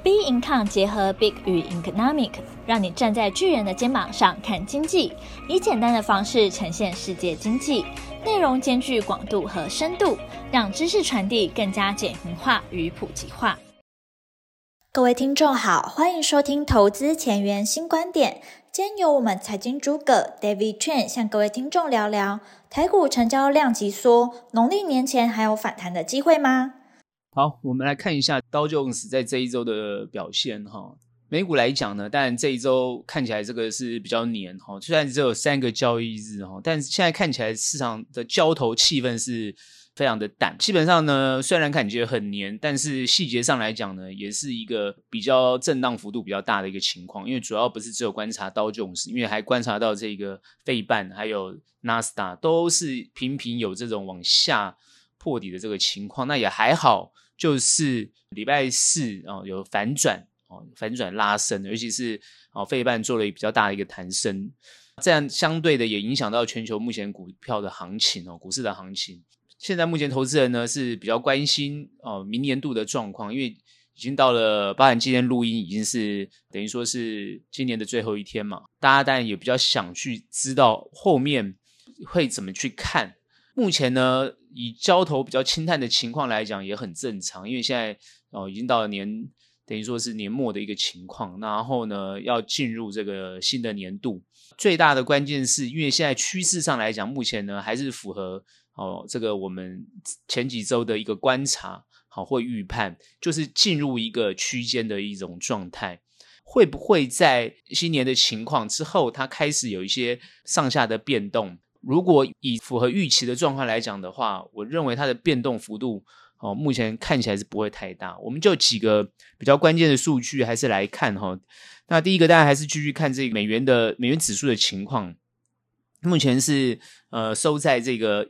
B Income 结合 Big 与 Economic， 让你站在巨人的肩膀上看经济，以简单的方式呈现世界经济，内容兼具广度和深度，让知识传递更加简明化与普及化。各位听众好，欢迎收听投资前沿新观点。今天由我们财经诸葛 David Chen 向各位听众聊聊台股成交量急缩，农历年前还有反弹的机会吗？ 好，我们来看一下道琼斯在这一周的表现哈。美股来讲呢，当然这一周看起来这个是比较黏哈，虽然只有3个交易日哈，但是现在看起来市场的交投气氛是非常的淡。基本上呢，虽然感觉很黏，但是细节上来讲呢，也是一个比较震荡幅度比较大的一个情况。因为主要不是只有观察道琼斯，因为还观察到这个费半还有纳斯达都是频频有这种往下破底的这个情况。那也还好，就是礼拜四有反转拉升，尤其是费半做了比较大的一个弹升，这样相对的也影响到全球目前股票的行情股市的行情。现在目前投资人呢是比较关心明年度的状况，因为已经到了，包含今天录音已经是等于说是今年的最后一天嘛，大家当然也比较想去知道后面会怎么去看。目前呢，以交投比较清淡的情况来讲也很正常，因为现在已经到了等于说是年末的一个情况，然后呢要进入这个新的年度。最大的关键是因为现在趋势上来讲，目前呢还是符合这个我们前几周的一个观察或预判，就是进入一个区间的一种状态。会不会在新年的情况之后它开始有一些上下的变动？如果以符合预期的状况来讲的话，我认为它的变动幅度目前看起来是不会太大。我们就几个比较关键的数据还是来看那第一个当然还是继续看这个美元指数的情况，目前是收在这个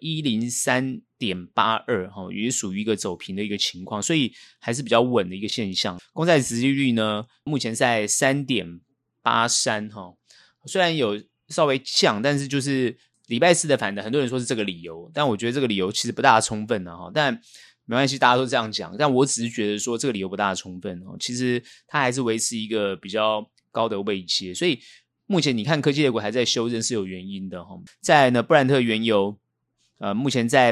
103.82 也属于一个走平的一个情况，所以还是比较稳的一个现象。公债殖利率呢目前在 3.83 虽然有稍微降，但是就是礼拜四的反弹很多人说是这个理由，但我觉得这个理由其实不大充分但没关系，大家都这样讲，但我只是觉得说这个理由不大充分其实它还是维持一个比较高的位阶，所以目前你看科技类股还在修正是有原因的再来呢，布兰特原油目前在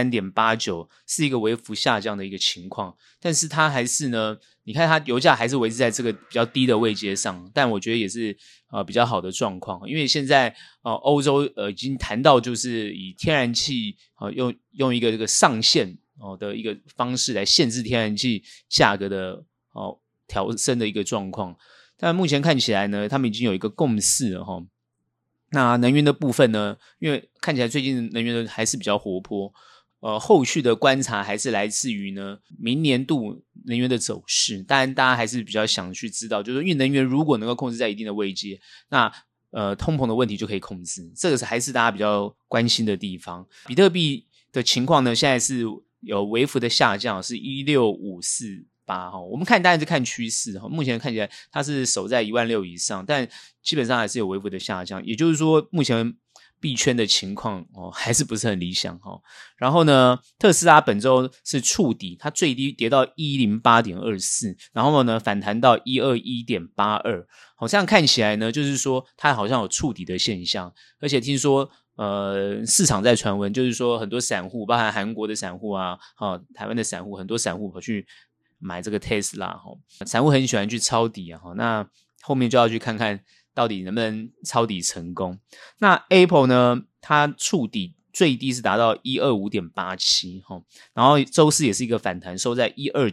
83.89 是一个微幅下降的一个情况，但是它还是呢，你看它油价还是维持在这个比较低的位阶上，但我觉得也是比较好的状况，因为现在欧洲已经谈到就是以天然气用一个这个上限的一个方式来限制天然气价格的调升的一个状况。但目前看起来呢，他们已经有一个共识了那能源的部分呢，因为看起来最近能源的还是比较活泼，后续的观察还是来自于呢明年度能源的走势。当然大家还是比较想去知道，就是因为能源如果能够控制在一定的位阶，那通膨的问题就可以控制，这个还是大家比较关心的地方。比特币的情况呢，现在是有微幅的下降，是16548我们看当然是看趋势目前看起来它是守在16000以上，但基本上还是有微幅的下降，也就是说目前币圈的情况还是不是很理想然后呢，特斯拉本周是触底，它最低跌到 108.24， 然后呢反弹到 121.82， 这样看起来呢就是说它好像有触底的现象，而且听说市场在传闻，就是说很多散户，包含韩国的散户台湾的散户，很多散户跑去买这个 Tesla 散户很喜欢去抄底那后面就要去看看到底能不能抄底成功。那 Apple 呢，它触底最低是达到 125.87 然后周四也是一个反弹，收在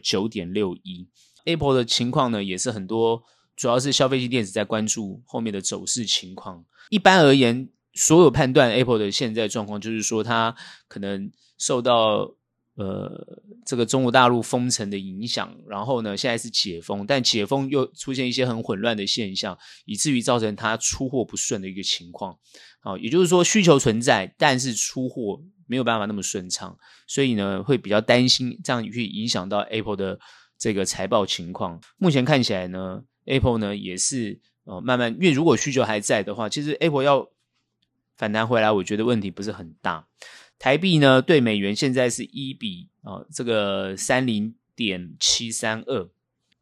129.61。 Apple 的情况呢也是很多主要是消费性电子在关注后面的走势情况。一般而言，所有判断 Apple 的现在状况就是说它可能受到这个中国大陆封城的影响，然后呢现在是解封，但解封又出现一些很混乱的现象，以至于造成它出货不顺的一个情况也就是说需求存在，但是出货没有办法那么顺畅，所以呢会比较担心这样去影响到 Apple 的这个财报情况。目前看起来呢 Apple 呢也是慢慢，因为如果需求还在的话，其实 Apple 要反弹回来我觉得问题不是很大。台币呢对美元现在是1比这个 30.732，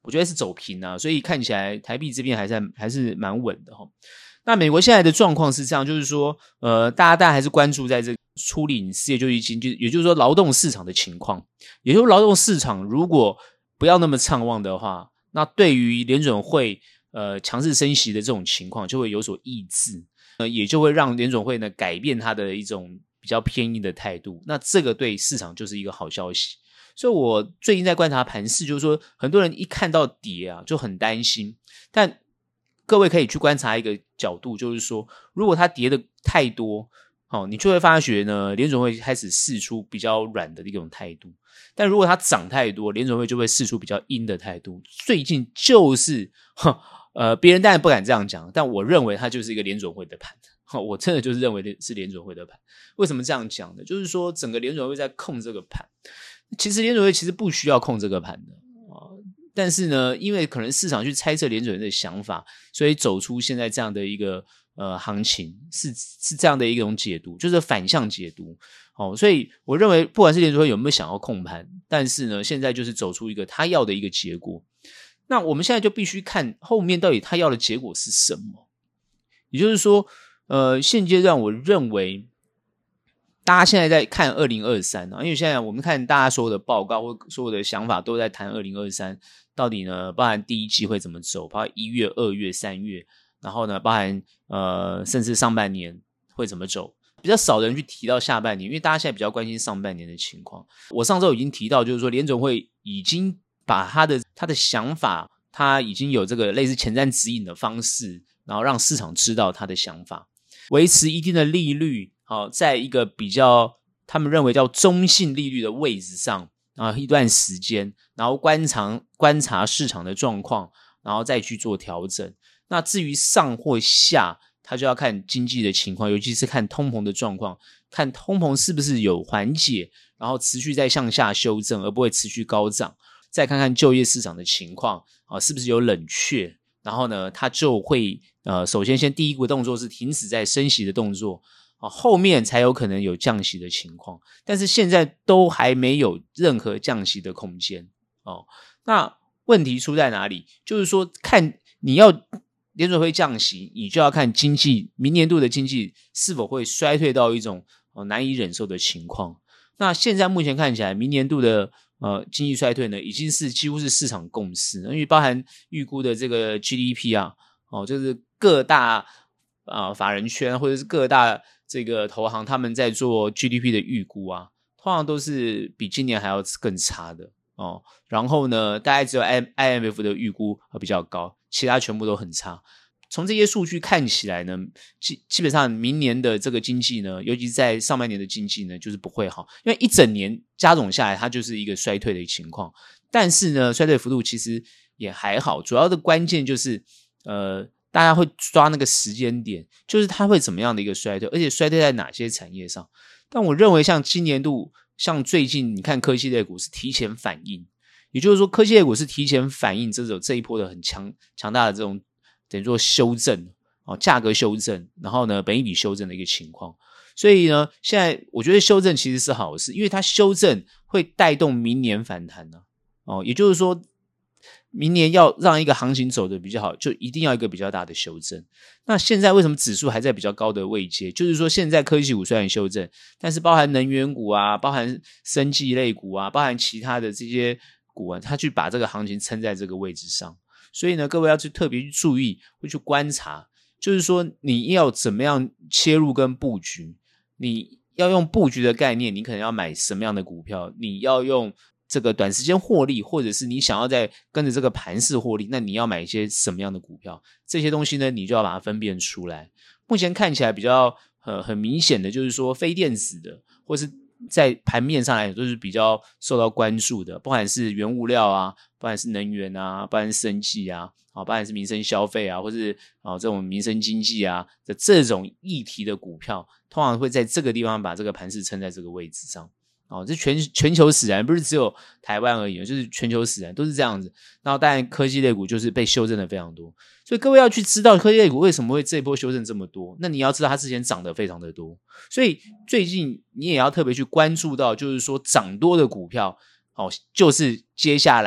我觉得是走平啊，所以看起来台币这边还是蛮稳的齁。那美国现在的状况是这样，就是说大家还是关注在这个初领失业救济金，也就是说劳动市场的情况。也就是劳动市场如果不要那么畅旺的话，那对于联准会强势升息的这种情况就会有所抑制，也就会让联准会呢改变它的一种比较偏硬的态度。那这个对市场就是一个好消息。所以我最近在观察盘势，就是说很多人一看到跌啊就很担心，但各位可以去观察一个角度，就是说如果它跌的太多你就会发觉呢联准会开始释出比较软的一种态度，但如果它涨太多，联准会就会释出比较硬的态度。最近就是别人当然不敢这样讲，但我认为它就是一个联准会的盘，我真的就是认为是联准会的盘。为什么这样讲呢？就是说整个联准会在控这个盘，其实联准会其实不需要控这个盘的但是呢因为可能市场去猜测联准会的想法，所以走出现在这样的一个行情，是这样的一种解读，就是反向解读所以我认为不管是联准会有没有想要控盘，但是呢现在就是走出一个他要的一个结果。那我们现在就必须看后面到底他要的结果是什么。也就是说现阶段我认为大家现在在看2023因为现在我们看大家所有的报告或所有的想法都在谈2023到底呢包含第一季会怎么走，包含1月2月3月，然后呢包含甚至上半年会怎么走。比较少人去提到下半年，因为大家现在比较关心上半年的情况。我上周已经提到，就是说联准会已经把他的想法，他已经有这个类似前瞻指引的方式，然后让市场知道他的想法，维持一定的利率在一个比较他们认为叫中性利率的位置上一段时间，然后观察市场的状况，然后再去做调整。那至于上或下，他就要看经济的情况，尤其是看通膨的状况，看通膨是不是有缓解，然后持续在向下修正，而不会持续高涨。再看看就业市场的情况是不是有冷却，然后呢他就会首先第一个动作是停止在升息的动作后面才有可能有降息的情况，但是现在都还没有任何降息的空间那问题出在哪里？就是说看你要联准会降息，你就要看经济明年度的经济是否会衰退到一种难以忍受的情况。那现在目前看起来明年度的经济衰退呢已经是几乎是市场共识，因为包含预估的这个 GDP 就是各大法人圈或者是各大这个投行他们在做 GDP 的预估通常都是比今年还要更差的然后呢大概只有 IMF 的预估比较高，其他全部都很差。从这些数据看起来呢基本上明年的这个经济呢，尤其是在上半年的经济呢就是不会好，因为一整年加总下来它就是一个衰退的情况。但是呢衰退幅度其实也还好，主要的关键就是大家会抓那个时间点，就是它会怎么样的一个衰退，而且衰退在哪些产业上。但我认为像今年度像最近你看科技类股是提前反应，也就是说科技类股是提前反应这一波的很强大的这种等于说修正价格修正，然后呢本益比修正的一个情况。所以呢现在我觉得修正其实是好事，因为它修正会带动明年反弹也就是说明年要让一个行情走得比较好，就一定要一个比较大的修正。那现在为什么指数还在比较高的位阶？就是说现在科技股虽然修正，但是包含能源股包含生技类股包含其他的这些股它去把这个行情撑在这个位置上。所以呢各位要去特别去注意，会去观察，就是说你要怎么样切入跟布局。你要用布局的概念，你可能要买什么样的股票，你要用这个短时间获利，或者是你想要在跟着这个盘势获利，那你要买一些什么样的股票，这些东西呢你就要把它分辨出来。目前看起来比较很明显的就是说非电子的或是在盘面上来都是比较受到关注的，不管是原物料不管是能源不管是生技不管是民生消费或是这种民生经济的这种议题的股票，通常会在这个地方把这个盘势撑在这个位置上这全球使然，不是只有台湾而已，就是全球使然都是这样子。然后当然科技类股就是被修正的非常多，所以各位要去知道科技类股为什么会这一波修正这么多，那你要知道它之前涨得非常的多，所以最近你也要特别去关注到，就是说涨多的股票就是接下来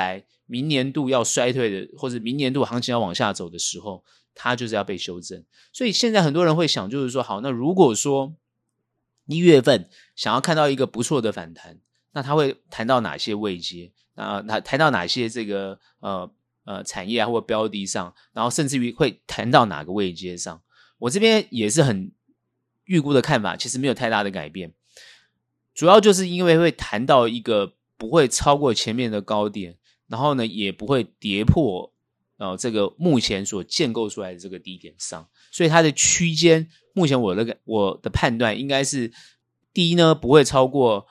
明年度要衰退的，或者明年度行情要往下走的时候，它就是要被修正。所以现在很多人会想，就是说，好，那如果说1月份想要看到一个不错的反弹，那它会谈到哪些位阶？谈到哪些这个产业啊或标的上，然后甚至于会谈到哪个位阶上？我这边也是很预估的看法，其实没有太大的改变，主要就是因为会谈到一个不会超过前面的高点，然后呢也不会跌破这个目前所建构出来的这个低点上，所以它的区间目前我的判断应该是低呢不会超过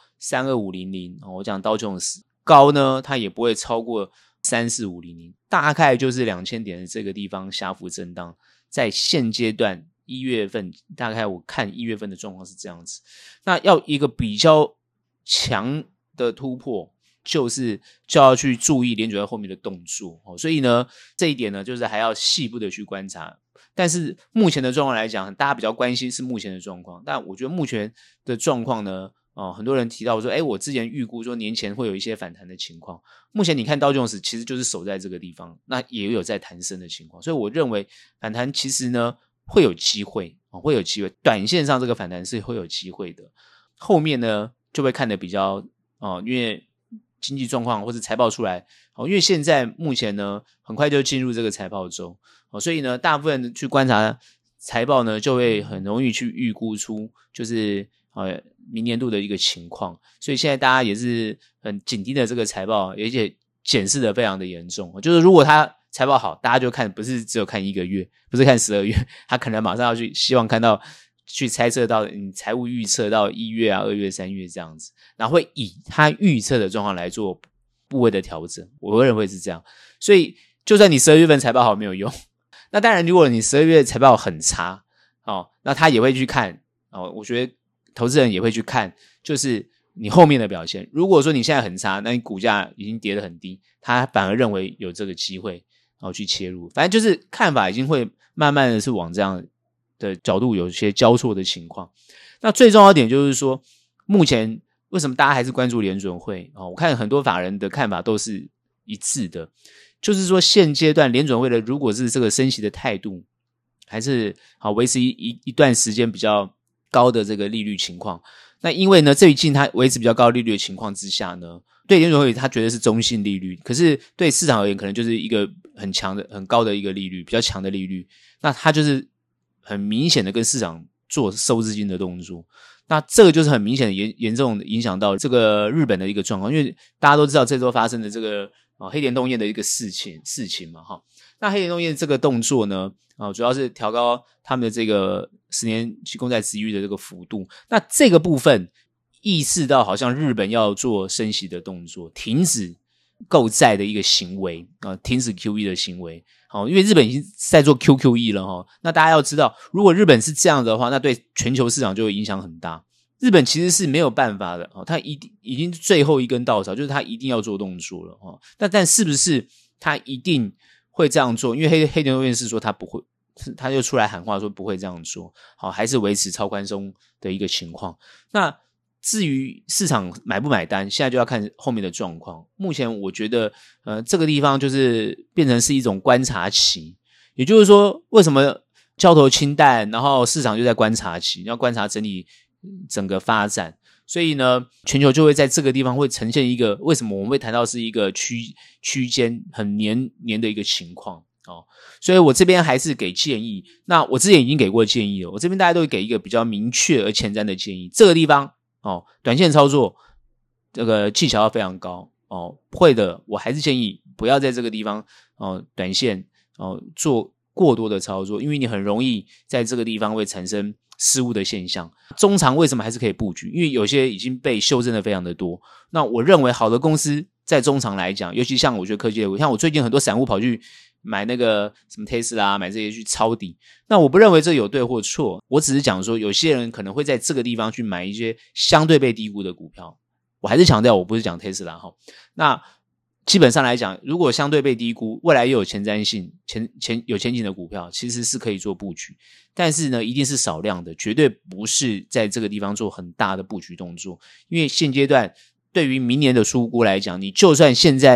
32500，我讲道琼斯，高呢它也不会超过34500，大概就是2000点的这个地方下幅震荡。在现阶段1月份，大概我看1月份的状况是这样子。那要一个比较强的突破，就要去注意联准会后面的动作，所以呢这一点呢就是还要细部的去观察。但是目前的状况来讲，大家比较关心是目前的状况，但我觉得目前的状况呢很多人提到说我之前预估说年前会有一些反弹的情况，目前你看道琼斯其实就是守在这个地方，那也有在弹升的情况，所以我认为反弹其实呢会有机会，短线上这个反弹是会有机会的，后面呢就会看得比较因为经济状况或是财报出来，因为现在目前呢很快就进入这个财报周，所以呢大部分去观察财报呢就会很容易去预估出就是明年度的一个情况，所以现在大家也是很紧盯的这个财报，而且检视的非常的严重，就是如果它财报好，大家就看不是只有看1个月，不是看12月，他可能马上要去希望看到去猜测到你财务预测到1月啊2月3月这样子，然后会以他预测的状况来做部位的调整，我认为是这样。所以就算你12月份财报好没有用，那当然如果你12月财报很差那他也会去看我觉得投资人也会去看就是你后面的表现，如果说你现在很差，那你股价已经跌得很低，他反而认为有这个机会去切入，反正就是看法已经会慢慢的是往这样的角度有些交错的情况。那最重要的点就是说，目前为什么大家还是关注联准会我看很多法人的看法都是一致的，就是说现阶段联准会的如果是这个升息的态度还是维持一段时间比较高的这个利率情况，那因为呢最近它维持比较高利率的情况之下呢，对联准会它觉得是中性利率，可是对市场而言可能就是一个很强的很高的一个利率，比较强的利率，那它就是很明显的跟市场做收资金的动作，那这个就是很明显的严重的影响到这个日本的一个状况，因为大家都知道这周发生的这个黑田东彦的一个事情嘛那黑田东彦这个动作呢主要是调高他们的这个10年期公债殖利率的这个幅度，那这个部分意识到好像日本要做升息的动作，停止购债的一个行为停止 QE 的行为因为日本已经在做 QQE 了那大家要知道如果日本是这样的话，那对全球市场就会影响很大，日本其实是没有办法的他已经最后一根稻草，就是他一定要做动作了但是不是他一定会这样做，因为黑田东彦是说他不会，他就出来喊话说不会这样做还是维持超宽松的一个情况。那至于市场买不买单，现在就要看后面的状况。目前我觉得这个地方就是变成是一种观察期，也就是说为什么交投清淡，然后市场就在观察期，要观察整体整个发展，所以呢全球就会在这个地方会呈现一个为什么我们会谈到是一个区间很黏的一个情况所以我这边还是给建议，那我之前已经给过建议了，我这边大家都会给一个比较明确而前瞻的建议，这个地方短线操作这个技巧要非常高会的我还是建议不要在这个地方短线做过多的操作，因为你很容易在这个地方会产生失误的现象。中长为什么还是可以布局，因为有些已经被修正的非常的多，那我认为好的公司在中长来讲，尤其像我觉得科技类股，像我最近很多散户跑去买那个什么 Tesla 买这些去抄底，那我不认为这有对或错，我只是讲说有些人可能会在这个地方去买一些相对被低估的股票，我还是强调我不是讲 Tesla 那基本上来讲，如果相对被低估，未来又有前瞻性有前景的股票，其实是可以做布局，但是呢一定是少量的，绝对不是在这个地方做很大的布局动作，因为现阶段对于明年的初估来讲，你就算现在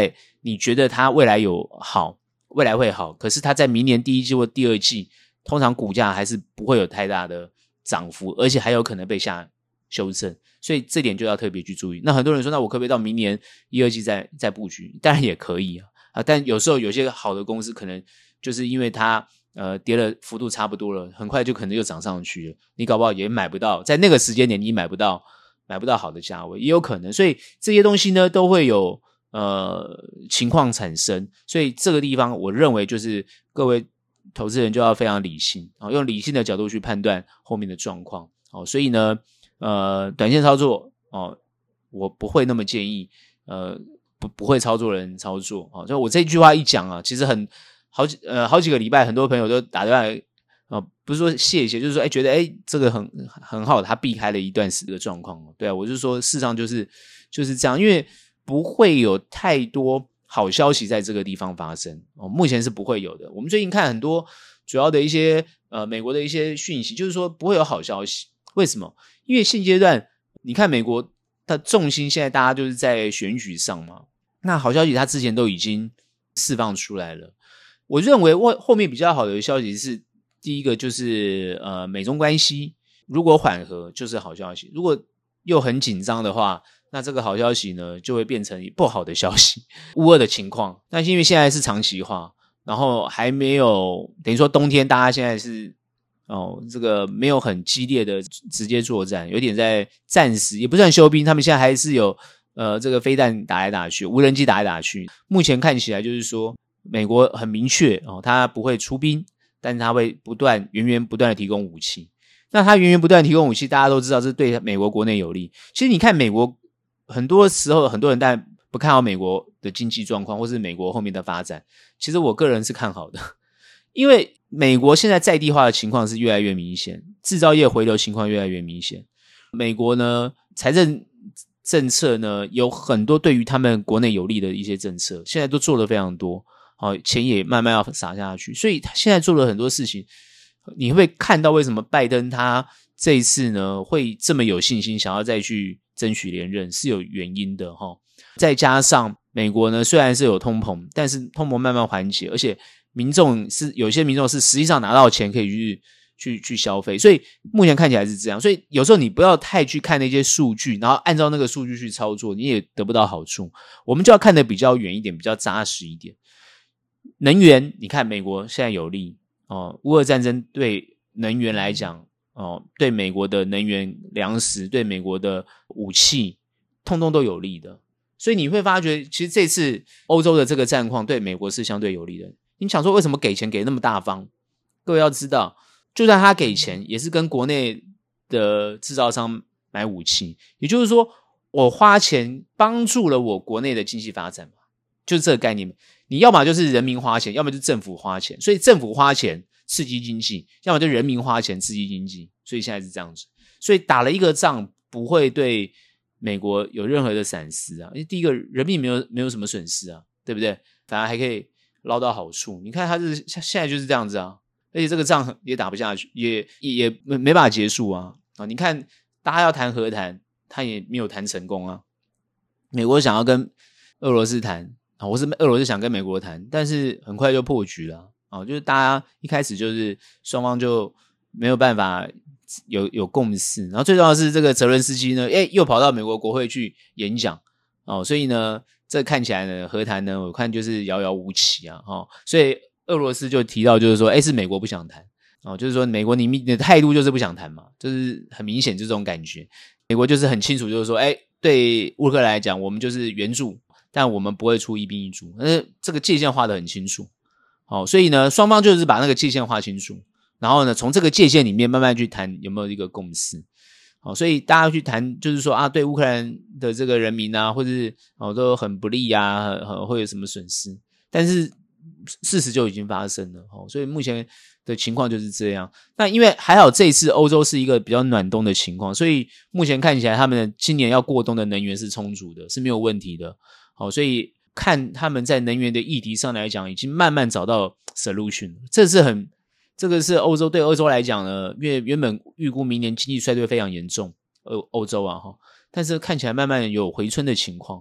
你觉得它未来会好，可是它在明年第一季或第二季，通常股价还是不会有太大的涨幅，而且还有可能被下修正，所以这点就要特别去注意。那很多人说，那我可不可以到明年一二季再布局？当然也可以但有时候有些好的公司可能就是因为它跌了幅度差不多了，很快就可能又涨上去了，你搞不好也买不到，在那个时间点你买不到好的价位，也有可能。所以这些东西呢都会有情况产生，所以这个地方我认为就是各位投资人就要非常理性用理性的角度去判断后面的状况所以呢短线操作我不会那么建议不会操作的人操作就我这句话一讲其实好几个礼拜很多朋友都打电话不是说谢谢，就是说觉得这个很好，他避开了一段时的状况对啊，我就说事实上就是这样，因为不会有太多好消息在这个地方发生目前是不会有的。我们最近看很多主要的一些美国的一些讯息，就是说不会有好消息。为什么？因为现阶段你看美国的重心现在大家就是在选举上嘛，那好消息他之前都已经释放出来了。我认为后面比较好的消息是，第一个就是美中关系如果缓和就是好消息，如果又很紧张的话，那这个好消息呢就会变成不好的消息。乌俄的情况，那因为现在是长期化，然后还没有等于说冬天大家现在是这个没有很激烈的直接作战，有点在暂时也不算休兵，他们现在还是有这个飞弹打来打去，无人机打来打去。目前看起来就是说美国很明确他不会出兵，但是他会源源不断的提供武器。那他源源不断的提供武器，大家都知道这对美国国内有利。其实你看美国很多时候很多人但不看好美国的经济状况或是美国后面的发展，其实我个人是看好的。因为美国现在在地化的情况是越来越明显，制造业回流情况越来越明显。美国呢财政政策呢有很多对于他们国内有利的一些政策，现在都做得非常多钱也慢慢要撒下去，所以他现在做了很多事情，你会看到为什么拜登他这一次呢会这么有信心想要再去争取连任是有原因的再加上美国呢虽然是有通膨，但是通膨慢慢缓解，而且有些民众是实际上拿到钱可以去消费，所以目前看起来是这样。所以有时候你不要太去看那些数据，然后按照那个数据去操作，你也得不到好处。我们就要看得比较远一点，比较扎实一点。能源你看美国现在有利乌俄战争对能源来讲对美国的能源粮食对美国的武器通通都有利的，所以你会发觉其实这次欧洲的这个战况对美国是相对有利的。你想说为什么给钱给那么大方？各位要知道就算他给钱也是跟国内的制造商买武器，也就是说我花钱帮助了我国内的经济发展嘛，就是这个概念。你要么就是人民花钱，要么就是政府花钱，所以政府花钱刺激经济，要么就人民花钱刺激经济，所以现在是这样子。所以打了一个仗不会对美国有任何的闪失因为第一个人民没有什么损失对不对？反而还可以捞到好处。你看他现在就是这样子而且这个仗也打不下去，也没办法结束你看大家要谈和谈，他也没有谈成功美国想要跟俄罗斯谈或是俄罗斯想跟美国谈，但是很快就破局了就是大家一开始就是双方就没有办法有共识，然后最重要的是这个泽伦斯基呢又跑到美国国会去演讲所以呢这看起来呢和谈呢我看就是遥遥无期所以俄罗斯就提到就是说是美国不想谈就是说美国你的态度就是不想谈嘛，就是很明显就这种感觉。美国就是很清楚就是说对乌克兰来讲我们就是援助，但我们不会出一兵一卒，这个界限画得很清楚所以呢双方就是把那个界限画清楚，然后呢从这个界限里面慢慢去谈有没有一个共识所以大家去谈就是说对乌克兰的这个人民或是都很不利会有什么损失，但是事实就已经发生了所以目前的情况就是这样。那因为还好这一次欧洲是一个比较暖冬的情况，所以目前看起来他们今年要过冬的能源是充足的，是没有问题的所以看他们在能源的议题上来讲已经慢慢找到 solution， 这个是欧洲对欧洲来讲呢，因为原本预估明年经济衰退非常严重欧洲但是看起来慢慢有回春的情况，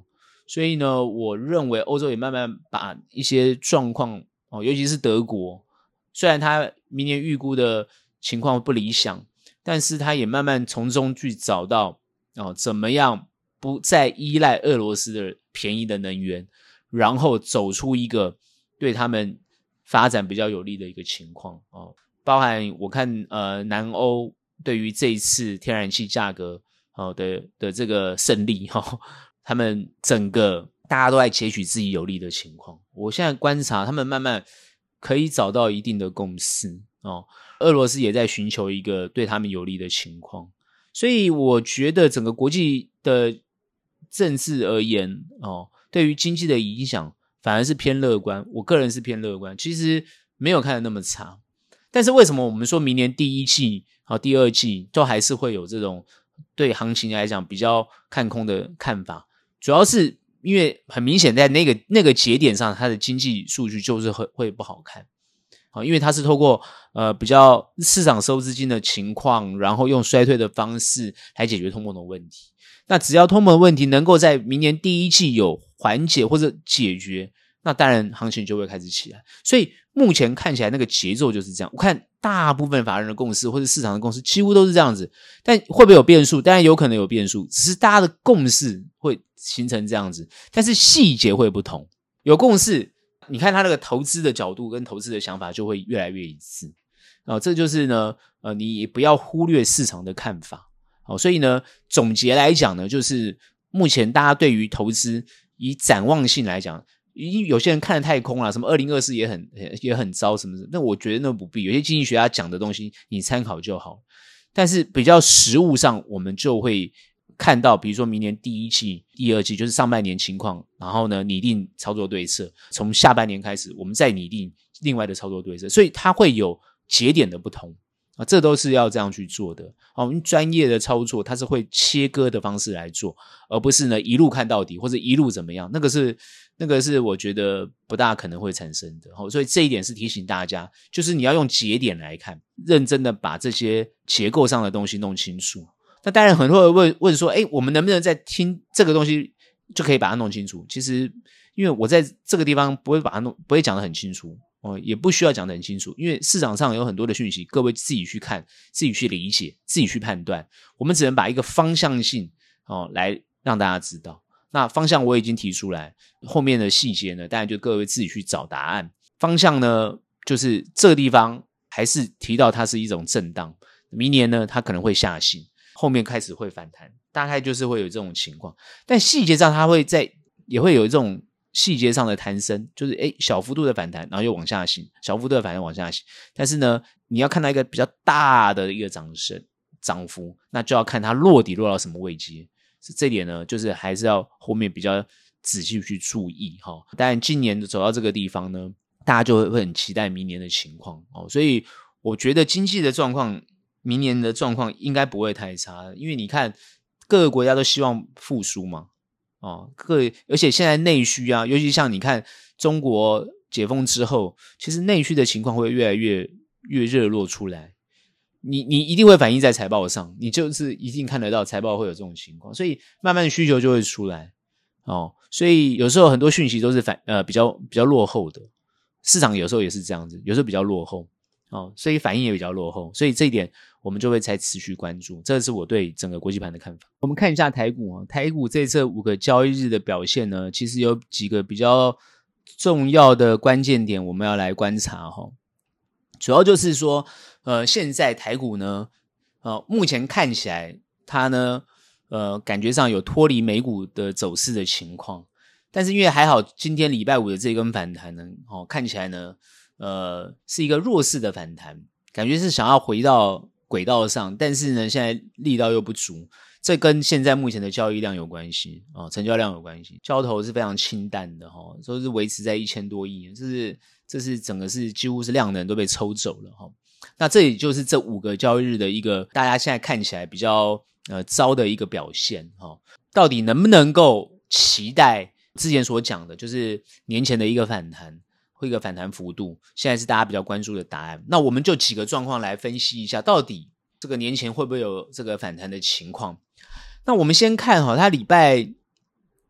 所以呢，我认为欧洲也慢慢把一些状况尤其是德国，虽然他明年预估的情况不理想，但是他也慢慢从中去找到怎么样不再依赖俄罗斯的便宜的能源，然后走出一个对他们发展比较有利的一个情况包含我看南欧对于这一次天然气价格的这个胜利他们整个大家都在截取自己有利的情况。我现在观察他们慢慢可以找到一定的共识俄罗斯也在寻求一个对他们有利的情况，所以我觉得整个国际的政治而言对于经济的影响反而是偏乐观，我个人是偏乐观，其实没有看得那么差。但是为什么我们说明年第一季第二季都还是会有这种对行情来讲比较看空的看法，主要是因为很明显在那个节点上它的经济数据就是会不好看因为它是透过比较市场收资金的情况，然后用衰退的方式来解决通膨的问题。那只要通膨的问题能够在明年第一季有缓解或者解决，那当然行情就会开始起来。所以目前看起来那个节奏就是这样，我看大部分法人的共识或者市场的共识几乎都是这样子，但会不会有变数？当然有可能有变数，只是大家的共识会形成这样子，但是细节会不同。有共识，你看他那个投资的角度跟投资的想法就会越来越一致这就是呢你也不要忽略市场的看法所以呢总结来讲呢，就是目前大家对于投资以展望性来讲，有些人看得太空了，什么2024也很糟什么的，那我觉得那不必，有些经济学家讲的东西你参考就好。但是比较实务上我们就会看到，比如说明年第一季第二季就是上半年情况，然后呢拟定操作对策，从下半年开始我们再拟定另外的操作对策，所以它会有节点的不同这都是要这样去做的专业的操作它是会切割的方式来做，而不是呢一路看到底或者一路怎么样，那个是我觉得不大可能会产生的所以这一点是提醒大家，就是你要用节点来看，认真的把这些结构上的东西弄清楚。那当然很多人问说我们能不能在听这个东西就可以把它弄清楚？其实因为我在这个地方不会讲得很清楚也不需要讲得很清楚，因为市场上有很多的讯息，各位自己去看，自己去理解，自己去判断，我们只能把一个方向性来让大家知道。那方向我已经提出来，后面的细节呢当然就各位自己去找答案。方向呢就是这个地方还是提到它是一种震荡，明年呢它可能会下行，后面开始会反弹，大概就是会有这种情况。但细节上它也会有这种细节上的弹升，就是小幅度的反弹然后又往下行，小幅度的反弹往下行，但是呢你要看到一个比较大的一个涨幅，那就要看它落底落到什么位阶，这点呢就是还是要后面比较仔细去注意当然今年走到这个地方呢，大家就会很期待明年的情况所以我觉得经济的状况明年的状况应该不会太差，因为你看各个国家都希望复苏嘛而且现在内需尤其像你看中国解封之后，其实内需的情况会越来越热络出来，你一定会反映在财报上，你就是一定看得到财报会有这种情况，所以慢慢的需求就会出来所以有时候很多讯息都是比较落后的，市场有时候也是这样子，有时候比较落后所以反应也比较落后，所以这一点我们就会才持续关注，这是我对整个国际盘的看法。我们看一下台股台股这次5个交易日的表现呢，其实有几个比较重要的关键点我们要来观察主要就是说现在台股呢目前看起来它呢感觉上有脱离美股的走势的情况，但是因为还好今天礼拜五的这根反弹呢看起来呢是一个弱势的反弹，感觉是想要回到轨道上，但是呢现在力道又不足，这跟现在目前的交易量有关系成交量有关系，交投是非常清淡的都是维持在1000多亿，这是整个是几乎是量能都被抽走了那这也就是这5个交易日的一个大家现在看起来比较糟的一个表现到底能不能够期待之前所讲的就是年前的一个反弹，一个反弹幅度，现在是大家比较关注的答案。那我们就几个状况来分析一下，到底这个年前会不会有这个反弹的情况。那我们先看它礼拜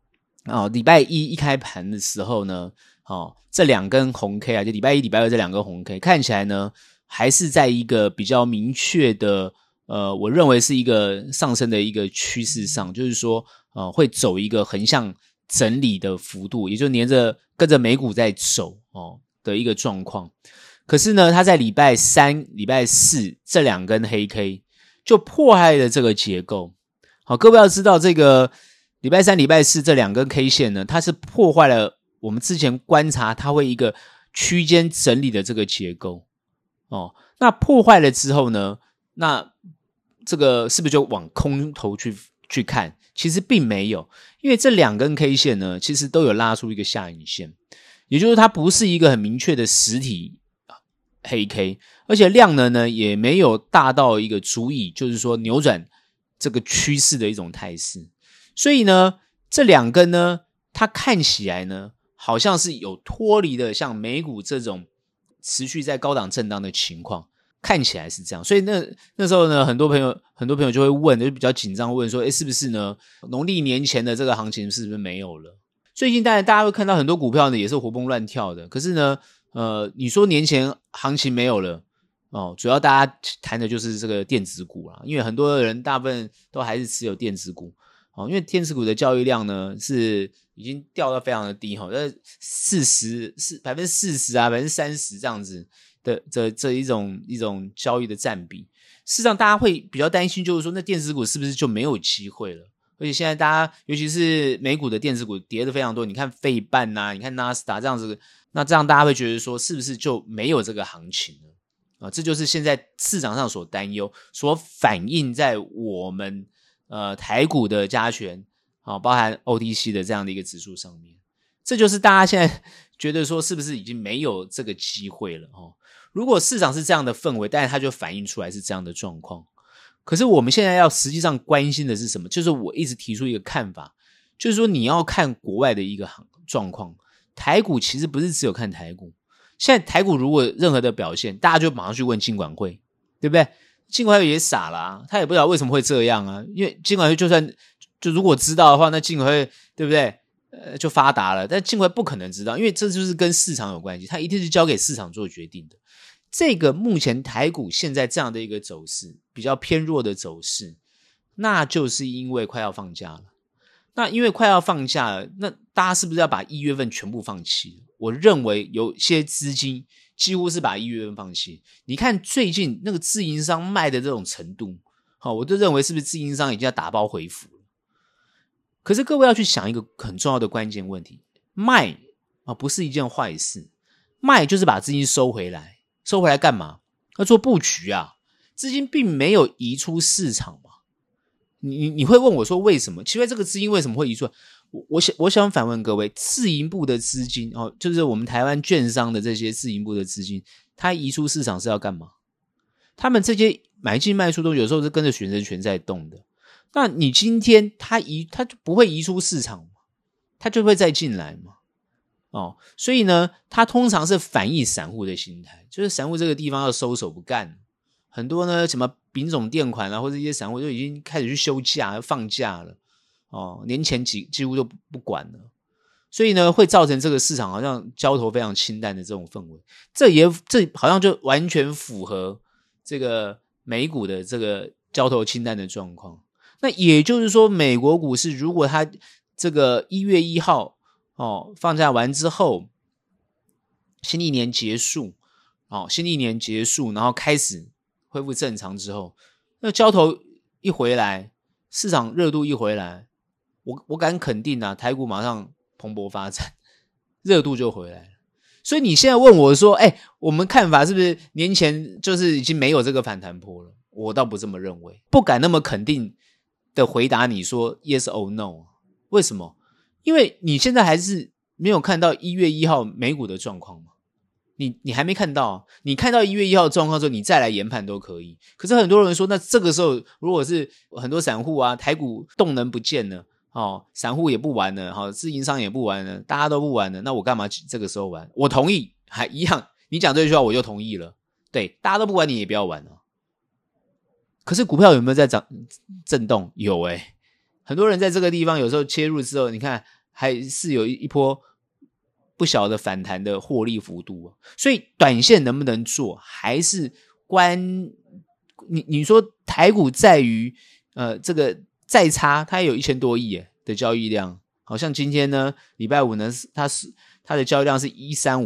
礼拜一开盘的时候呢，这两根红 K 啊，就礼拜一礼拜二这两根红 K 看起来呢还是在一个比较明确的我认为是一个上升的一个趋势上，就是说会走一个横向整理的幅度，也就跟着美股在走的一个状况。可是呢，它在礼拜三、礼拜四这两根黑 K 就破坏了这个结构。好，各位要知道这个礼拜三、礼拜四这两根 K 线呢，它是破坏了我们之前观察它会一个区间整理的这个结构。那破坏了之后呢，那这个是不是就往空头去看？其实并没有，因为这两根 K 线呢，其实都有拉出一个下影线，也就是它不是一个很明确的实体黑 K， 而且量能呢也没有大到一个足以就是说扭转这个趋势的一种态势。所以呢，这两根呢，它看起来呢，好像是有脱离的像美股这种持续在高档震荡的情况。看起来是这样，所以那时候呢，很多朋友就会问，就比较紧张问说，是不是呢？农历年前的这个行情是不是没有了？最近当然大家会看到很多股票呢也是活蹦乱跳的，可是呢，你说年前行情没有了主要大家谈的就是这个电子股啦，因为很多人大部分都还是持有电子股因为电子股的交易量呢是已经掉到非常的低40%啊30%这样子。这一种交易的占比，事实上大家会比较担心，就是说那电子股是不是就没有机会了？而且现在大家尤其是美股的电子股跌得非常多，你看费半啊，你看纳斯达这样子，那这样大家会觉得说是不是就没有这个行情了这就是现在市场上所担忧，所反映在我们台股的加权包含 OTC 的这样的一个指数上面，这就是大家现在觉得说是不是已经没有这个机会了如果市场是这样的氛围，当然它就反映出来是这样的状况。可是我们现在要实际上关心的是什么？就是我一直提出一个看法，就是说你要看国外的一个状况。台股其实不是只有看台股，现在台股如果任何的表现，大家就马上去问金管会，对不对？金管会也傻啦他也不知道为什么会这样啊。因为金管会就如果知道的话，那金管会对不对？就发达了，但金管会不可能知道，因为这就是跟市场有关系，它一定是交给市场做决定的。这个目前台股现在这样的一个走势，比较偏弱的走势，那就是因为快要放假了。那因为快要放假了，那大家是不是要把1月份全部放弃？我认为有些资金几乎是把1月份放弃。你看最近那个自营商卖的这种程度，我就认为是不是自营商已经要打包回府了。可是各位要去想一个很重要的关键问题，卖不是一件坏事，卖就是把资金收回来干嘛？要做布局啊，资金并没有移出市场嘛。你会问我说为什么？奇怪，这个资金为什么会移出来？我想反问各位，自营部的资金就是我们台湾券商的这些自营部的资金，它移出市场是要干嘛？他们这些买进卖出都有时候是跟着选择权在动的。那你今天它就不会移出市场嘛，它就会再进来嘛。所以呢，它通常是反映散户的心态，就是散户这个地方要收手不干。很多呢什么丙种垫款或者一些散户就已经开始去休假放假了年前几乎都不管了。所以呢会造成这个市场好像交投非常清淡的这种氛围。这好像就完全符合这个美股的这个交投清淡的状况。那也就是说，美国股市如果它这个1月1号放假完之后，新历年结束然后开始恢复正常之后，那交投一回来，市场热度一回来，我敢肯定台股马上蓬勃发展，热度就回来了。所以你现在问我说我们看法是不是年前就是已经没有这个反弹波了？我倒不这么认为，不敢那么肯定的回答你说 yes or no。 为什么？因为你现在还是没有看到1月1号美股的状况嘛，你还没看到你看到1月1号的状况之后，你再来研判都可以。可是很多人说，那这个时候如果是很多散户台股动能不见了散户也不玩了自营商也不玩了，大家都不玩了，那我干嘛这个时候玩？我同意，还一样，你讲这句话我就同意了。对，大家都不玩，你也不要玩了。可是股票有没有在震动？有很多人在这个地方有时候切入之后，你看还是有一波不小的反弹的获利幅度所以短线能不能做还是你说台股在于这个再差它有1000多亿的交易量，好像今天呢礼拜五呢它的交易量是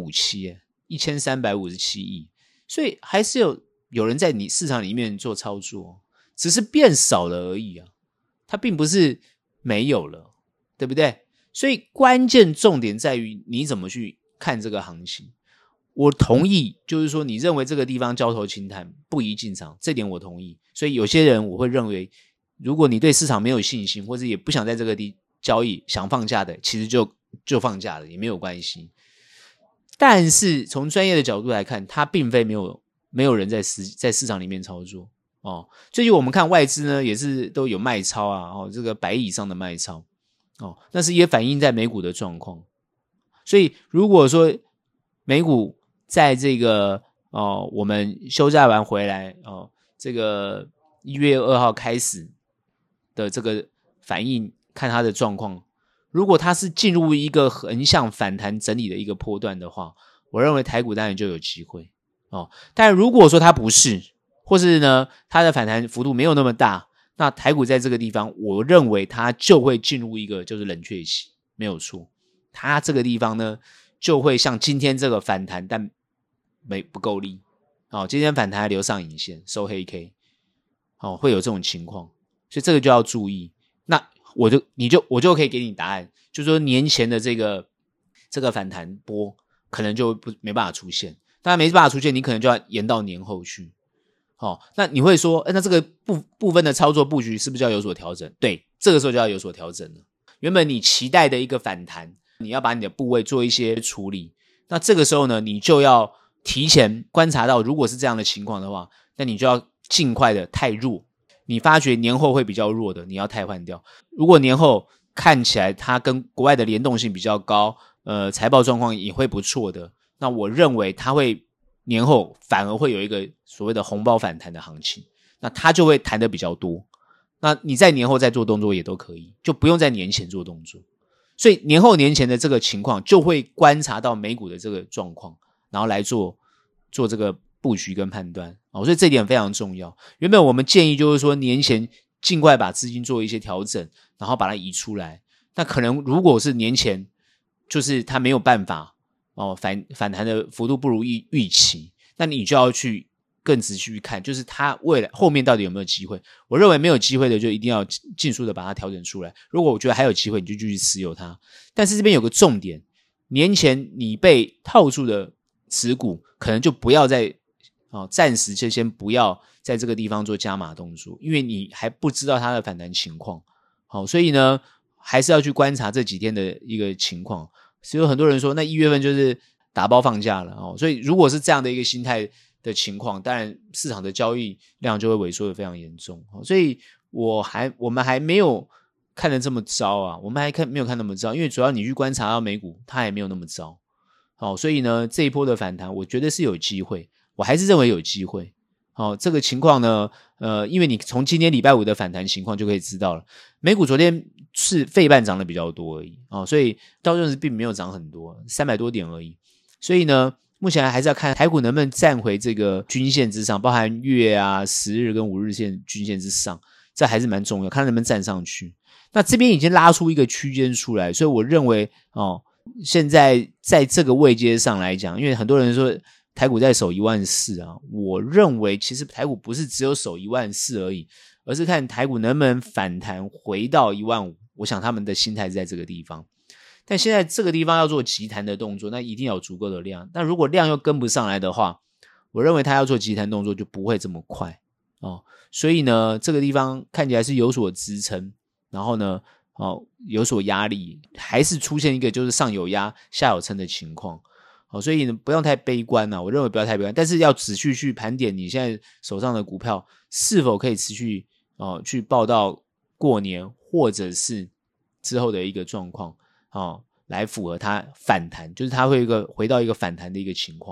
1357亿，所以还是有人在你市场里面做操作，只是变少了而已它并不是没有了，对不对？所以关键重点在于你怎么去看这个行情。我同意，就是说你认为这个地方交投清淡不宜进场，这点我同意。所以有些人我会认为，如果你对市场没有信心，或者也不想在这个地交易，想放假的，其实就放假了，也没有关系。但是从专业的角度来看，它并非没有人在市场里面操作最近我们看外资呢，也是都有卖超这个100亿以上的卖超那是也反映在美股的状况。所以如果说美股在这个我们休假完回来这个1月2号开始的这个反应，看它的状况，如果它是进入一个横向反弹整理的一个波段的话，我认为台股当然就有机会但如果说它不是，或是呢它的反弹幅度没有那么大，那台股在这个地方我认为它就会进入一个就是冷却期，没有错。它这个地方呢就会像今天这个反弹，但不够力今天反弹还留上影线收黑 K 会有这种情况，所以这个就要注意。那我就可以给你答案，就是说年前的这个反弹波可能就没办法出现，当然没办法出现，你可能就要延到年后去那你会说那这个部分的操作布局是不是就要有所调整？对，这个时候就要有所调整了。原本你期待的一个反弹，你要把你的部位做一些处理，那这个时候呢你就要提前观察到，如果是这样的情况的话，那你就要尽快的汰弱。你发觉年后会比较弱的，你要汰换掉。如果年后看起来它跟国外的联动性比较高，财报状况也会不错的，那我认为它会年后反而会有一个所谓的红包反弹的行情，那它就会弹得比较多。那你在年后再做动作也都可以，就不用在年前做动作。所以年后年前的这个情况就会观察到美股的这个状况，然后来做这个布局跟判断所以这一点非常重要。原本我们建议就是说年前尽快把资金做一些调整，然后把它移出来。那可能如果是年前就是它没有办法反弹的幅度不如预期，那你就要去更仔细去看，就是它未来后面到底有没有机会。我认为没有机会的就一定要尽速的把它调整出来，如果我觉得还有机会，你就继续持有它。但是这边有个重点，年前你被套住的持股可能就不要再暂时就先不要在这个地方做加码动作，因为你还不知道它的反弹情况所以呢还是要去观察这几天的一个情况。所以有很多人说那1月份就是打包放假了所以如果是这样的一个心态的情况，当然市场的交易量就会萎缩的非常严重所以我们还没有看得这么糟我们还没有看那么糟，因为主要你去观察到美股它还没有那么糟所以呢这一波的反弹我觉得是有机会，我还是认为有机会这个情况呢因为你从今天礼拜五的反弹情况就可以知道了，美股昨天是费半涨得比较多而已所以道琼斯并没有涨很多，300多点而已。所以呢目前还是要看台股能不能站回这个均线之上，包含月10日跟5日线均线之上，这还是蛮重要，看能不能站上去。那这边已经拉出一个区间出来，所以我认为现在在这个位阶上来讲，因为很多人说台股在守14000我认为其实台股不是只有守14000而已，而是看台股能不能反弹回到15000，我想他们的心态是在这个地方。但现在这个地方要做急弹的动作，那一定要有足够的量，但如果量又跟不上来的话，我认为他要做急弹动作就不会这么快所以呢这个地方看起来是有所支撑，然后呢有所压力，还是出现一个就是上有压下有撑的情况所以呢不用太悲观我认为不要太悲观，但是要仔细去盘点你现在手上的股票是否可以持续去抱到过年或者是之后的一个状况来符合它反弹，就是它会回到一个反弹的一个情况，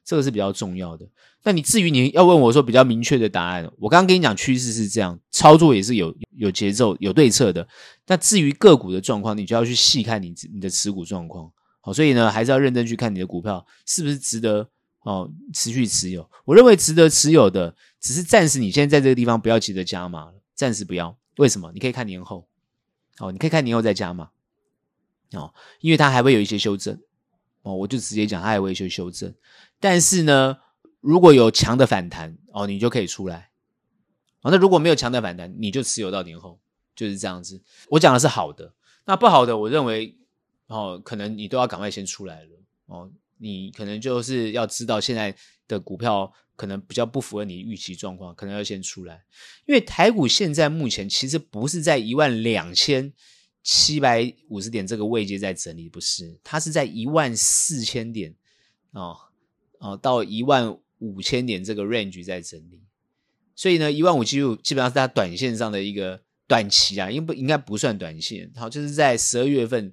这个是比较重要的。那你至于你要问我说比较明确的答案，我刚刚跟你讲趋势是这样，操作也是有节奏有对策的。那至于个股的状况，你就要去细看你的持股状况。好，所以呢还是要认真去看你的股票是不是值得持续持有。我认为值得持有的，只是暂时你现在在这个地方不要急着加码了，暂时不要。为什么？你可以看年后。你可以看年后再加码。因为它还会有一些修正。我就直接讲它还会有一些修正。但是呢如果有强的反弹你就可以出来。那如果没有强的反弹，你就持有到年后，就是这样子。我讲的是好的，那不好的我认为可能你都要赶快先出来了。你可能就是要知道现在的股票可能比较不符合你预期状况，可能要先出来。因为台股现在目前其实不是在12750点这个位阶在整理，不是，它是在14000点到15000点这个 range 在整理。所以呢15000基本上是它短线上的一个短期啊，应该不算短线。好，就是在12月份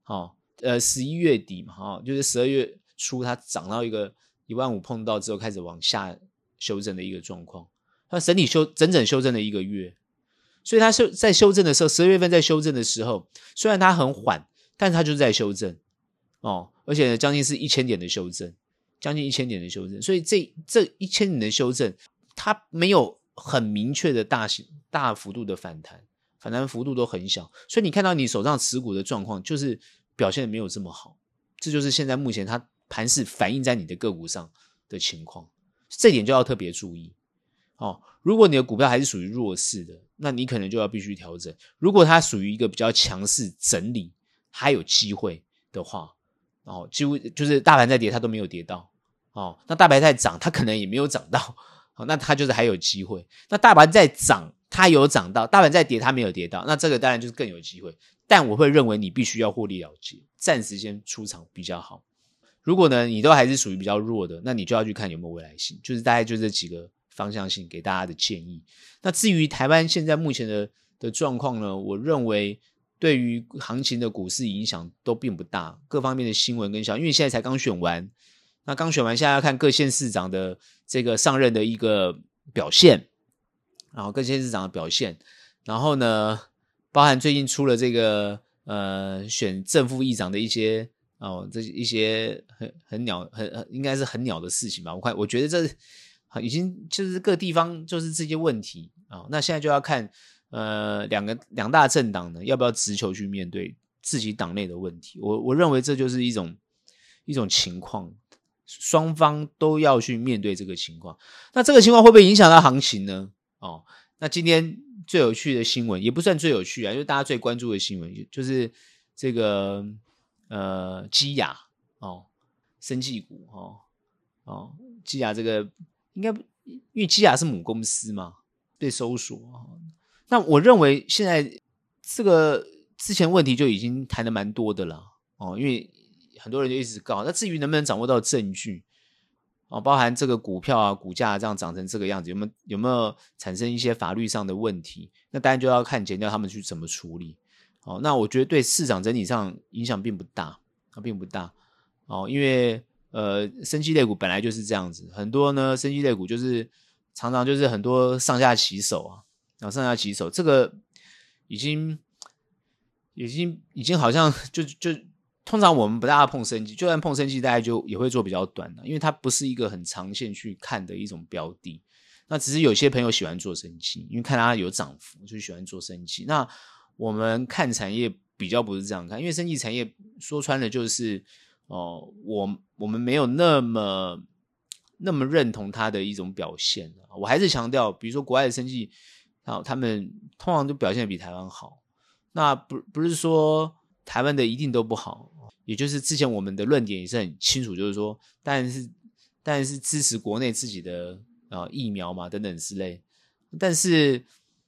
11月底嘛，就是12月初它涨到一个15000碰到之后开始往下修正的一个状况。它整整修正了1个月。所以它在修正的时候，12月份在修正的时候，虽然它很缓，但是它就是在修正而且呢将近是1000点的修正，将近1000点的修正。所以这1000点的修正，它没有很明确的大幅度的反弹幅度都很小。所以你看到你手上持股的状况，就是表现没有这么好。这就是现在目前它盘势反映在你的个股上的情况，这点就要特别注意。如果你的股票还是属于弱势的，那你可能就要必须调整。如果它属于一个比较强势整理，还有机会的话，几乎就是大盘在跌它都没有跌到那大盘在涨它可能也没有涨到那它就是还有机会。那大盘在涨它有涨到，大盘在跌它没有跌到，那这个当然就是更有机会。但我会认为你必须要获利了结，暂时先出场比较好。如果呢你都还是属于比较弱的，那你就要去看有没有未来性，就是大概就这几个方向性给大家的建议。那至于台湾现在目前的状况呢，我认为对于行情的股市影响都并不大，各方面的新闻跟消息，因为现在才刚选完，那刚选完现在要看各县市长的这个上任的一个表现，然后各县市长的表现，然后呢包含最近出了这个选正副议长的一些这一些很应该是很鸟的事情吧。我觉得这已经就是各地方就是这些问题那现在就要看两大政党呢要不要直球去面对自己党内的问题。我认为这就是一种情况，双方都要去面对这个情况。那这个情况会不会影响到行情呢？那今天最有趣的新闻，也不算最有趣就是大家最关注的新闻，就是这个基亚生技股基亚这个应该因为基亚是母公司嘛，被搜索那我认为现在这个之前问题就已经谈得蛮多的了因为很多人就一直告。那至于能不能掌握到证据包含这个股票股价这样涨成这个样子，有没有产生一些法律上的问题，那当然就要看检调他们去怎么处理那我觉得对市场整体上影响并不大因为生技类股本来就是这样子，很多呢生技类股就是常常就是很多上下其手上下其手，这个已经好像就通常我们不大碰生技，就算碰生技大概就也会做比较短因为它不是一个很长线去看的一种标的。那只是有些朋友喜欢做生技，因为看它有涨幅就喜欢做生技。那我们看产业比较不是这样看，因为生技产业说穿了就是我们没有那么认同它的一种表现。我还是强调，比如说国外的生技他们通常都表现得比台湾好，那不是说台湾的一定都不好，也就是之前我们的论点也是很清楚，就是说当然是支持国内自己的疫苗嘛等等之类。但是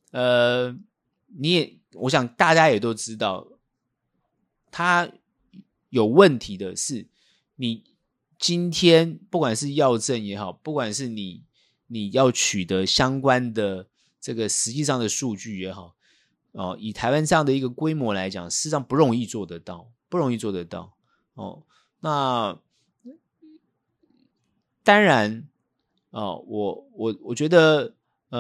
我想大家也都知道，它有问题的是，你今天不管是药证也好，不管是你要取得相关的这个实际上的数据也好以台湾这样的一个规模来讲，事实上不容易做得到那当然我觉得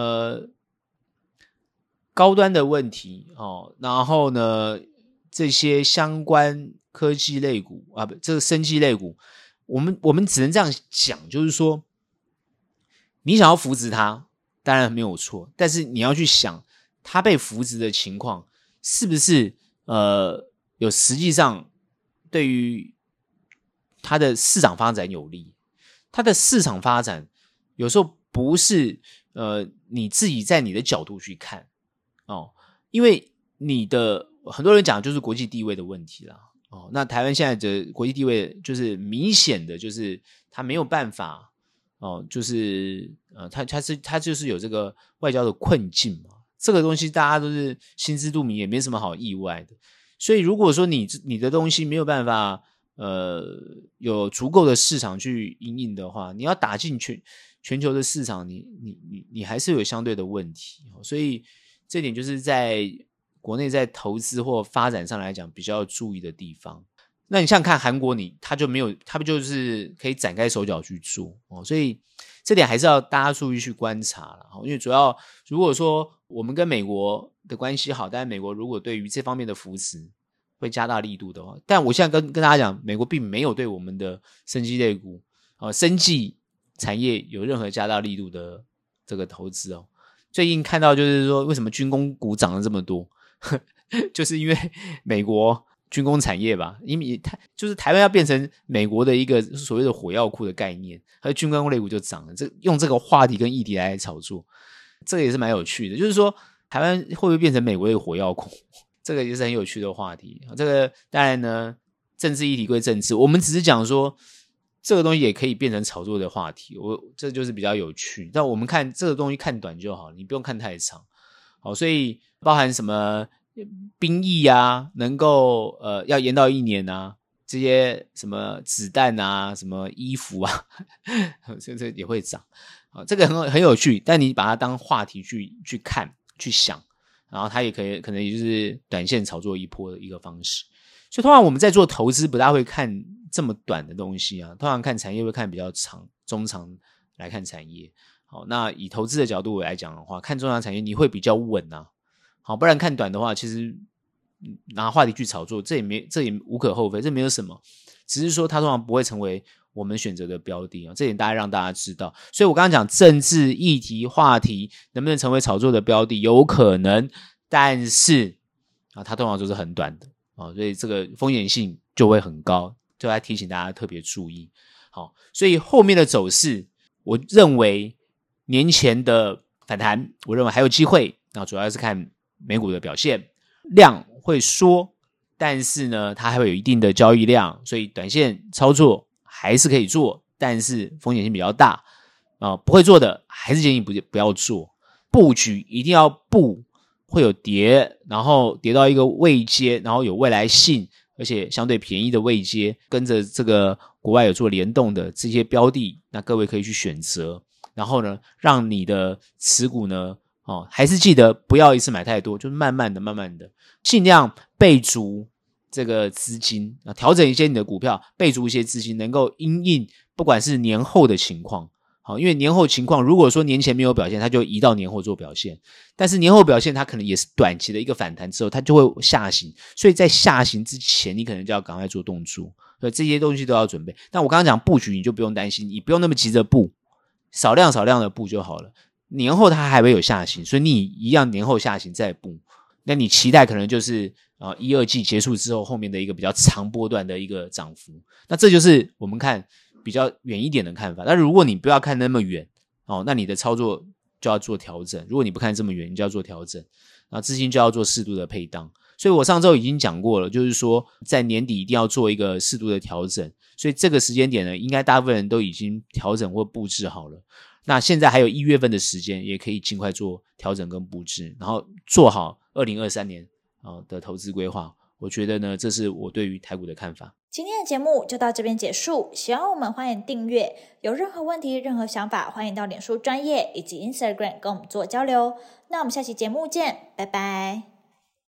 高端的问题然后呢这些相关科技类股这个生技类股，我们只能这样讲，就是说你想要扶植它当然没有错，但是你要去想它被扶植的情况是不是有实际上对于它的市场发展有利。它的市场发展有时候不是你自己在你的角度去看因为很多人讲就是国际地位的问题啦那台湾现在的国际地位就是明显的就是它没有办法就是它就是有这个外交的困境嘛，这个东西大家都是心知肚明，也没什么好意外的。所以如果说你的东西没有办法有足够的市场去因应的话，你要打进全球的市场，你还是有相对的问题。所以这点就是在国内在投资或发展上来讲比较要注意的地方。那你像看韩国他不就是可以展开手脚去做所以这点还是要大家注意去观察啦因为主要如果说我们跟美国的关系好，但是美国如果对于这方面的扶持会加大力度的话，但我现在跟大家讲，美国并没有对我们的生技类股生技产业有任何加大力度的这个投资最近看到就是说为什么军工股涨了这么多就是因为美国军工产业吧，因为就是台湾要变成美国的一个所谓的火药库的概念，和军工类股就涨了，用这个话题跟议题来炒作，这个也是蛮有趣的，就是说台湾会不会变成美国的一个火药库，这个也是很有趣的话题。这个当然呢政治议题归政治，我们只是讲说这个东西也可以变成炒作的话题，这就是比较有趣。但我们看这个东西看短就好，你不用看太长。好，所以包含什么兵役能够要延到1年这些什么子弹什么衣服这也会涨。这个很有趣，但你把它当话题去看去想，然后它也可能也就是短线炒作一波的一个方式。所以通常我们在做投资不大会看这么短的东西通常看产业会看比较长中长来看产业。好，那以投资的角度来讲的话，看中长产业你会比较稳好，不然看短的话其实拿话题去炒作这也无可厚非，这没有什么，只是说它通常不会成为我们选择的标的这点大概让大家知道。所以我刚刚讲政治议题话题能不能成为炒作的标的，有可能，但是它通常都是很短的所以这个风险性就会很高，就要提醒大家特别注意。好，所以后面的走势我认为年前的反弹我认为还有机会，那主要是看美股的表现，量会缩，但是呢它还会有一定的交易量，所以短线操作还是可以做，但是风险性比较大不会做的还是建议不要做。布局一定要布会有跌，然后跌到一个位阶，然后有未来性而且相对便宜的位阶，跟着这个国外有做联动的这些标的，那各位可以去选择，然后呢让你的持股呢还是记得不要一次买太多，就慢慢的尽量备足这个资金调整一些你的股票，备足一些资金，能够因应不管是年后的情况。好，因为年后情况如果说年前没有表现，它就移到年后做表现，但是年后表现它可能也是短期的一个反弹之后它就会下行，所以在下行之前你可能就要赶快做动作，所以这些东西都要准备。但我刚刚讲布局你就不用担心，你不用那么急着布，少量的布就好了，年后它还会有下行，所以你一样年后下行再布，那你期待可能就是1、2季结束之后后面的一个比较长波段的一个涨幅，那这就是我们看比较远一点的看法。但如果你不要看那么远那你的操作就要做调整，如果你不看这么远你就要做调整，然后资金就要做适度的配当。所以我上周已经讲过了，就是说在年底一定要做一个适度的调整，所以这个时间点呢应该大部分人都已经调整或布置好了，那现在还有1月份的时间，也可以尽快做调整跟布置，然后做好2023年的投资规划。我觉得呢这是我对于台股的看法。 今天的节目就到这边结束，喜欢我们欢迎订阅，有任何问题任何想法欢迎到脸书专页以及 Instagram 跟我们做交流。那我们下期节目见，拜拜。